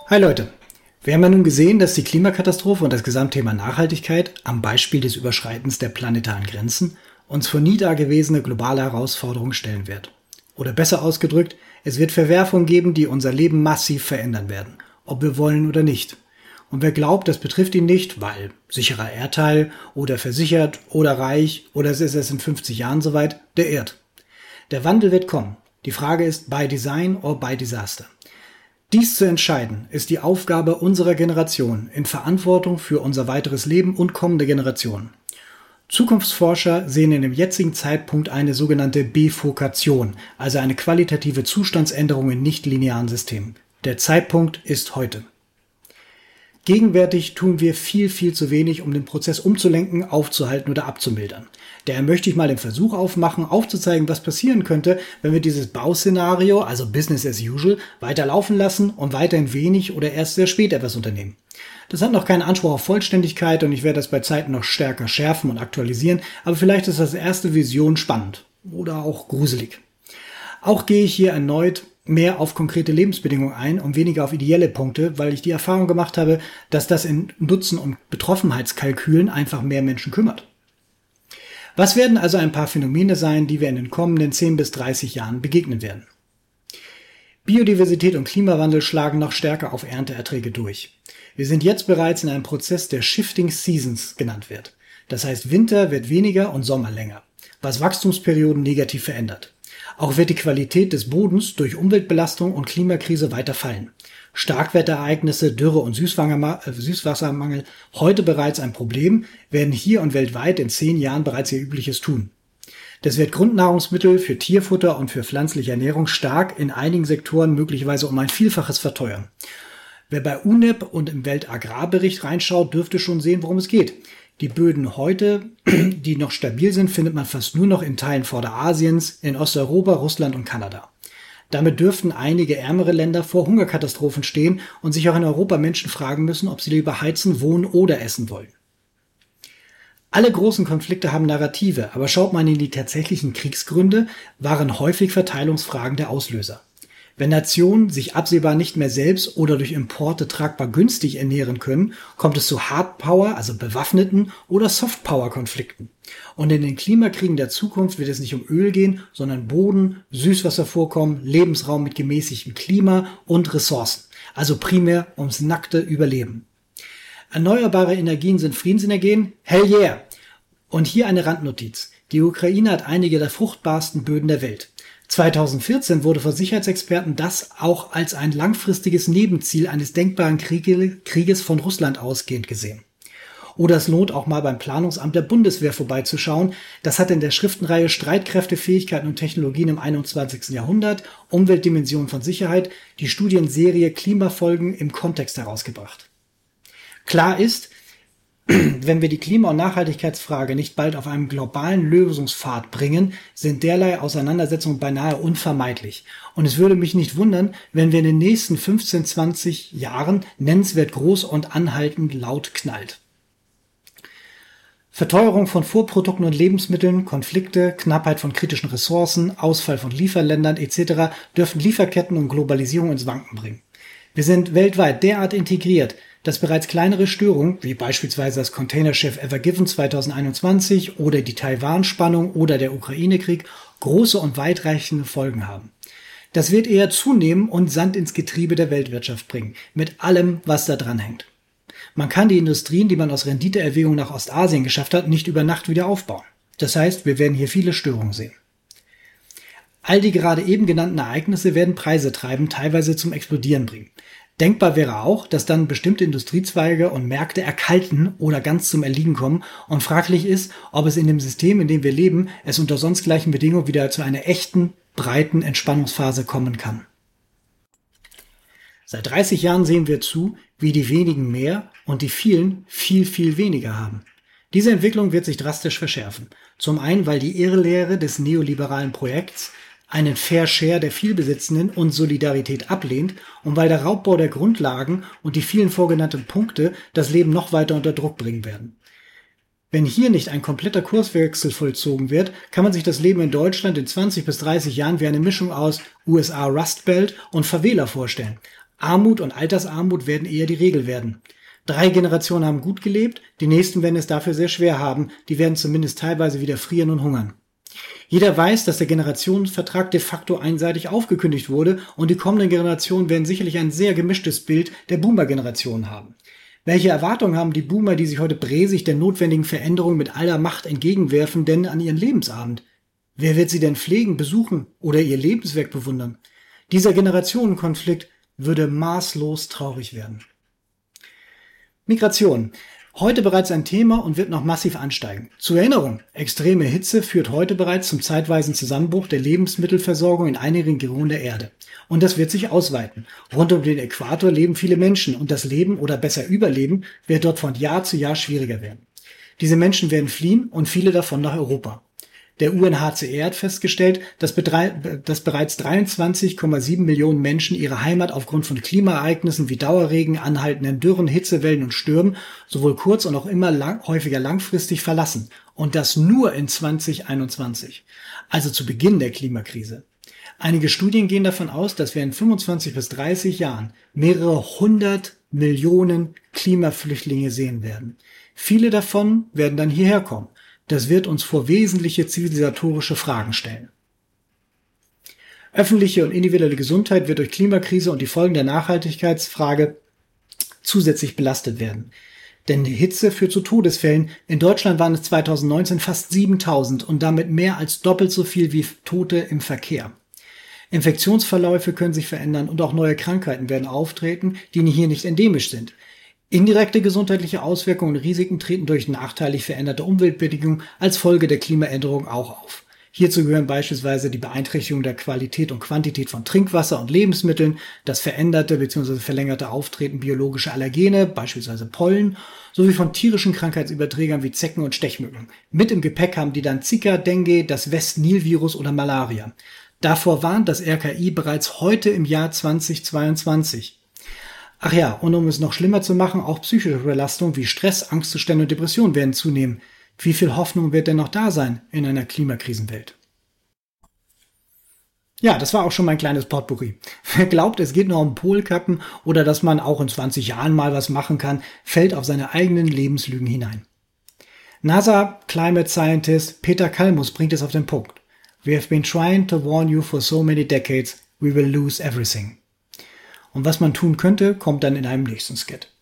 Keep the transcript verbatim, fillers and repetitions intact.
Hi Leute, wir haben ja nun gesehen, dass die Klimakatastrophe und das Gesamtthema Nachhaltigkeit am Beispiel des Überschreitens der planetaren Grenzen uns vor nie dagewesene globale Herausforderungen stellen wird. Oder besser ausgedrückt, es wird Verwerfungen geben, die unser Leben massiv verändern werden, ob wir wollen oder nicht. Und wer glaubt, das betrifft ihn nicht, weil sicherer Erdteil oder versichert oder reich oder es ist erst in fünfzig Jahren soweit, der irrt. Der Wandel wird kommen. Die Frage ist, by design or by disaster. Dies zu entscheiden, ist die Aufgabe unserer Generation in Verantwortung für unser weiteres Leben und kommende Generationen. Zukunftsforscher sehen in dem jetzigen Zeitpunkt eine sogenannte Bifurkation, also eine qualitative Zustandsänderung in nichtlinearen Systemen. Der Zeitpunkt ist heute. Gegenwärtig tun wir viel, viel zu wenig, um den Prozess umzulenken, aufzuhalten oder abzumildern. Daher möchte ich mal den Versuch aufmachen, aufzuzeigen, was passieren könnte, wenn wir dieses Bauszenario, also Business as usual, weiter laufen lassen und weiterhin wenig oder erst sehr spät etwas unternehmen. Das hat noch keinen Anspruch auf Vollständigkeit und ich werde das bei Zeiten noch stärker schärfen und aktualisieren, aber vielleicht ist das erste Vision spannend oder auch gruselig. Auch gehe ich hier erneut mehr auf konkrete Lebensbedingungen ein und weniger auf ideelle Punkte, weil ich die Erfahrung gemacht habe, dass das in Nutzen- und Betroffenheitskalkülen einfach mehr Menschen kümmert. Was werden also ein paar Phänomene sein, die wir in den kommenden zehn bis dreißig Jahren begegnen werden? Biodiversität und Klimawandel schlagen noch stärker auf Ernteerträge durch. Wir sind jetzt bereits in einem Prozess, der Shifting Seasons genannt wird. Das heißt, Winter wird weniger und Sommer länger, was Wachstumsperioden negativ verändert. Auch wird die Qualität des Bodens durch Umweltbelastung und Klimakrise weiter fallen. Starkwetterereignisse, Dürre und Süßwassermangel, heute bereits ein Problem, werden hier und weltweit in zehn Jahren bereits ihr Übliches tun. Das wird Grundnahrungsmittel für Tierfutter und für pflanzliche Ernährung stark in einigen Sektoren möglicherweise um ein Vielfaches verteuern. Wer bei U N E P und im Weltagrarbericht reinschaut, dürfte schon sehen, worum es geht. Die Böden heute, die noch stabil sind, findet man fast nur noch in Teilen Vorderasiens, in Osteuropa, Russland und Kanada. Damit dürften einige ärmere Länder vor Hungerkatastrophen stehen und sich auch in Europa Menschen fragen müssen, ob sie lieber heizen, wohnen oder essen wollen. Alle großen Konflikte haben Narrative, aber schaut man in die tatsächlichen Kriegsgründe, waren häufig Verteilungsfragen der Auslöser. Wenn Nationen sich absehbar nicht mehr selbst oder durch Importe tragbar günstig ernähren können, kommt es zu Hardpower, also bewaffneten oder Softpower-Konflikten. Und in den Klimakriegen der Zukunft wird es nicht um Öl gehen, sondern Boden, Süßwasservorkommen, Lebensraum mit gemäßigtem Klima und Ressourcen. Also primär ums nackte Überleben. Erneuerbare Energien sind Friedensenergien? Hell yeah! Und hier eine Randnotiz. Die Ukraine hat einige der fruchtbarsten Böden der Welt. zweitausendvierzehn wurde von Sicherheitsexperten das auch als ein langfristiges Nebenziel eines denkbaren Kriege, Krieges von Russland ausgehend gesehen. Oder es lohnt auch mal beim Planungsamt der Bundeswehr vorbeizuschauen. Das hat in der Schriftenreihe Streitkräfte, Fähigkeiten und Technologien im einundzwanzigsten Jahrhundert, Umweltdimensionen von Sicherheit, die Studienserie Klimafolgen im Kontext herausgebracht. Klar ist, wenn wir die Klima- und Nachhaltigkeitsfrage nicht bald auf einem globalen Lösungspfad bringen, sind derlei Auseinandersetzungen beinahe unvermeidlich. Und es würde mich nicht wundern, wenn wir in den nächsten fünfzehn, zwanzig Jahren nennenswert groß und anhaltend laut knallt. Verteuerung von Vorprodukten und Lebensmitteln, Konflikte, Knappheit von kritischen Ressourcen, Ausfall von Lieferländern et cetera dürften Lieferketten und Globalisierung ins Wanken bringen. Wir sind weltweit derart integriert, dass bereits kleinere Störungen, wie beispielsweise das Containerschiff Ever Given zweitausendeinundzwanzig oder die Taiwan-Spannung oder der Ukraine-Krieg, große und weitreichende Folgen haben. Das wird eher zunehmen und Sand ins Getriebe der Weltwirtschaft bringen, mit allem, was da dran hängt. Man kann die Industrien, die man aus Renditeerwägung nach Ostasien geschafft hat, nicht über Nacht wieder aufbauen. Das heißt, wir werden hier viele Störungen sehen. All die gerade eben genannten Ereignisse werden Preise treiben, teilweise zum Explodieren bringen. Denkbar wäre auch, dass dann bestimmte Industriezweige und Märkte erkalten oder ganz zum Erliegen kommen und fraglich ist, ob es in dem System, in dem wir leben, es unter sonst gleichen Bedingungen wieder zu einer echten, breiten Entspannungsphase kommen kann. Seit dreißig Jahren sehen wir zu, wie die wenigen mehr und die vielen viel, viel weniger haben. Diese Entwicklung wird sich drastisch verschärfen. Zum einen, weil die Irrlehre des neoliberalen Projekts einen Fair Share der Vielbesitzenden und Solidarität ablehnt und weil der Raubbau der Grundlagen und die vielen vorgenannten Punkte das Leben noch weiter unter Druck bringen werden. Wenn hier nicht ein kompletter Kurswechsel vollzogen wird, kann man sich das Leben in Deutschland in zwanzig bis dreißig Jahren wie eine Mischung aus U S A Rust Belt und Favela vorstellen. Armut und Altersarmut werden eher die Regel werden. Drei Generationen haben gut gelebt, die nächsten werden es dafür sehr schwer haben, die werden zumindest teilweise wieder frieren und hungern. Jeder weiß, dass der Generationenvertrag de facto einseitig aufgekündigt wurde und die kommenden Generationen werden sicherlich ein sehr gemischtes Bild der Boomer-Generation haben. Welche Erwartungen haben die Boomer, die sich heute bräsig der notwendigen Veränderung mit aller Macht entgegenwerfen, denn an ihren Lebensabend? Wer wird sie denn pflegen, besuchen oder ihr Lebenswerk bewundern? Dieser Generationenkonflikt würde maßlos traurig werden. Migration. Heute bereits ein Thema und wird noch massiv ansteigen. Zur Erinnerung, extreme Hitze führt heute bereits zum zeitweisen Zusammenbruch der Lebensmittelversorgung in einigen Regionen der Erde. Und das wird sich ausweiten. Rund um den Äquator leben viele Menschen und das Leben oder besser Überleben wird dort von Jahr zu Jahr schwieriger werden. Diese Menschen werden fliehen und viele davon nach Europa. Der U N H C R hat festgestellt, dass, dass bereits dreiundzwanzig Komma sieben Millionen Menschen ihre Heimat aufgrund von Klimaereignissen wie Dauerregen, anhaltenden Dürren, Hitzewellen und Stürmen sowohl kurz- und auch immer lang, häufiger langfristig verlassen. Und das nur in zwanzig einundzwanzig, also zu Beginn der Klimakrise. Einige Studien gehen davon aus, dass wir in fünfundzwanzig bis dreißig Jahren mehrere hundert Millionen Klimaflüchtlinge sehen werden. Viele davon werden dann hierher kommen. Das wird uns vor wesentliche zivilisatorische Fragen stellen. Öffentliche und individuelle Gesundheit wird durch Klimakrise und die Folgen der Nachhaltigkeitsfrage zusätzlich belastet werden. Denn die Hitze führt zu Todesfällen. In Deutschland waren es zweitausendneunzehn fast siebentausend und damit mehr als doppelt so viel wie Tote im Verkehr. Infektionsverläufe können sich verändern und auch neue Krankheiten werden auftreten, die hier nicht endemisch sind. Indirekte gesundheitliche Auswirkungen und Risiken treten durch nachteilig veränderte Umweltbedingungen als Folge der Klimaänderung auch auf. Hierzu gehören beispielsweise die Beeinträchtigung der Qualität und Quantität von Trinkwasser und Lebensmitteln, das veränderte bzw. verlängerte Auftreten biologischer Allergene, beispielsweise Pollen, sowie von tierischen Krankheitsüberträgern wie Zecken und Stechmücken. Mit im Gepäck haben die dann Zika, Dengue, das West-Nil-Virus oder Malaria. Davor warnt das R K I bereits heute im Jahr zweitausendzweiundzwanzig. Ach ja, und um es noch schlimmer zu machen, auch psychische Belastungen wie Stress, Angstzustände und Depressionen werden zunehmen. Wie viel Hoffnung wird denn noch da sein in einer Klimakrisenwelt? Ja, das war auch schon mein kleines Potpourri. Wer glaubt, es geht nur um Polkappen oder dass man auch in zwanzig Jahren mal was machen kann, fällt auf seine eigenen Lebenslügen hinein. NASA Climate Scientist Peter Kalmus bringt es auf den Punkt. We have been trying to warn you for so many decades, we will lose everything. Und was man tun könnte, kommt dann in einem nächsten Skit.